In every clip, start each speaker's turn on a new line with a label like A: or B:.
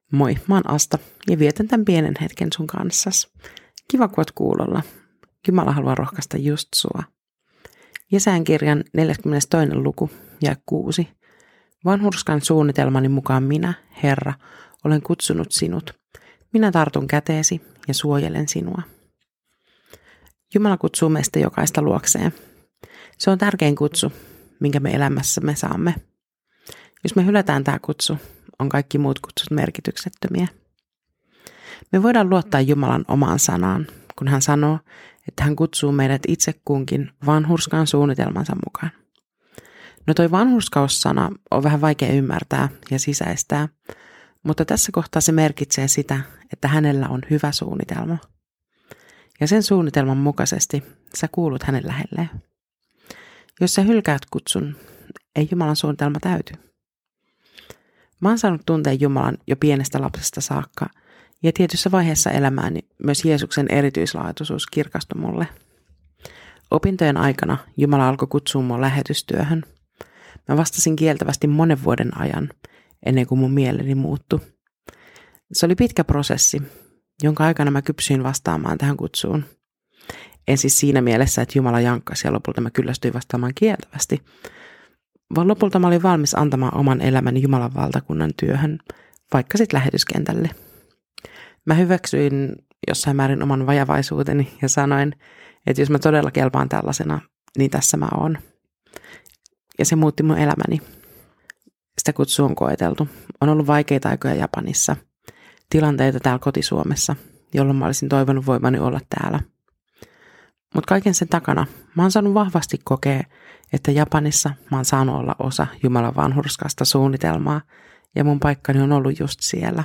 A: Moi, mä oon Asta ja vietän tämän pienen hetken sun kanssas. Kiva, kun oot kuulolla. Jumala haluaa rohkaista just sua. Jesajan kirjan 42. luku, jae 6. Vanhurskan suunnitelmani mukaan minä, Herra, olen kutsunut sinut. Minä tartun käteesi ja suojelen sinua. Jumala kutsuu meistä jokaista luokseen. Se on tärkein kutsu, minkä me elämässämme saamme. Jos me hylätään tämä kutsu, on kaikki muut kutsut merkityksettömiä. Me voidaan luottaa Jumalan omaan sanaan, kun hän sanoo, että hän kutsuu meidät itse kunkin vanhurskaan suunnitelmansa mukaan. No toi vanhurskaussana on vähän vaikea ymmärtää ja sisäistää, mutta tässä kohtaa se merkitsee sitä, että hänellä on hyvä suunnitelma. Ja sen suunnitelman mukaisesti sä kuulut hänen lähelleen. Jos sä hylkäät kutsun, ei Jumalan suunnitelma täyty. Mä oon saanut tuntea Jumalan jo pienestä lapsesta saakka, ja tietyssä vaiheessa elämääni myös Jeesuksen erityislaatuisuus kirkastui mulle. Opintojen aikana Jumala alkoi kutsua mua lähetystyöhön. Mä vastasin kieltävästi monen vuoden ajan, ennen kuin mun mieleni muuttui. Se oli pitkä prosessi, jonka aikana mä kypsyin vastaamaan tähän kutsuun. En siis siinä mielessä, että Jumala jankkasi ja lopulta mä kyllästyin vastaamaan kieltävästi, vaan lopulta mä olin valmis antamaan oman elämäni Jumalan valtakunnan työhön, vaikka sit lähetyskentälle. Mä hyväksyin jossain määrin oman vajavaisuuteni ja sanoin, että jos mä todella kelpaan tällaisena, niin tässä mä oon. Ja se muutti mun elämäni. Sitä kutsua on koeteltu. On ollut vaikeita aikoja Japanissa, tilanteita täällä kotisuomessa, jolloin mä olisin toivonut voivani olla täällä. Mutta kaiken sen takana mä oon saanut vahvasti kokea, että Japanissa mä oon saanut olla osa Jumalan vanhurskasta suunnitelmaa ja mun paikkani on ollut just siellä.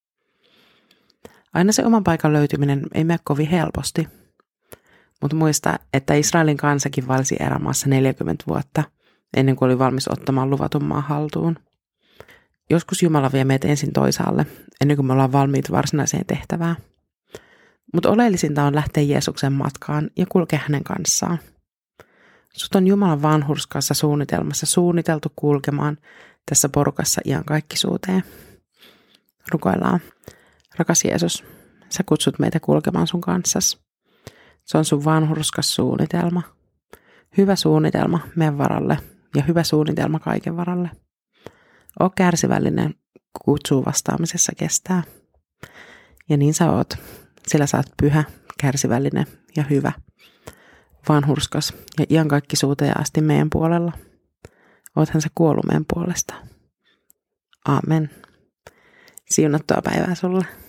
A: Aina se oman paikan löytyminen ei mene kovin helposti, mutta muista, että Israelin kansakin valsi erämaassa 40 vuotta ennen kuin oli valmis ottamaan luvatun maan haltuun. Joskus Jumala vie meitä ensin toisaalle ennen kuin me ollaan valmiit varsinaiseen tehtävään. Mutta oleellisinta on lähteä Jeesuksen matkaan ja kulkea hänen kanssaan. Sut on Jumalan vanhurskaassa suunnitelmassa suunniteltu kulkemaan tässä porukassa iankaikkisuuteen. Rukoillaan. Rakas Jeesus, sä kutsut meitä kulkemaan sun kanssas. Se on sun vanhurskas suunnitelma. Hyvä suunnitelma meidän varalle ja hyvä suunnitelma kaiken varalle. Oo kärsivällinen, kun kutsuu vastaamisessa kestää. Ja niin sä oot, sillä sä oot pyhä, kärsivällinen ja hyvä. Vanhurskas ja iankaikkisuuteen asti meidän puolella. Oothan sä kuollut meidän puolesta. Aamen. Siunattua päivää sulle.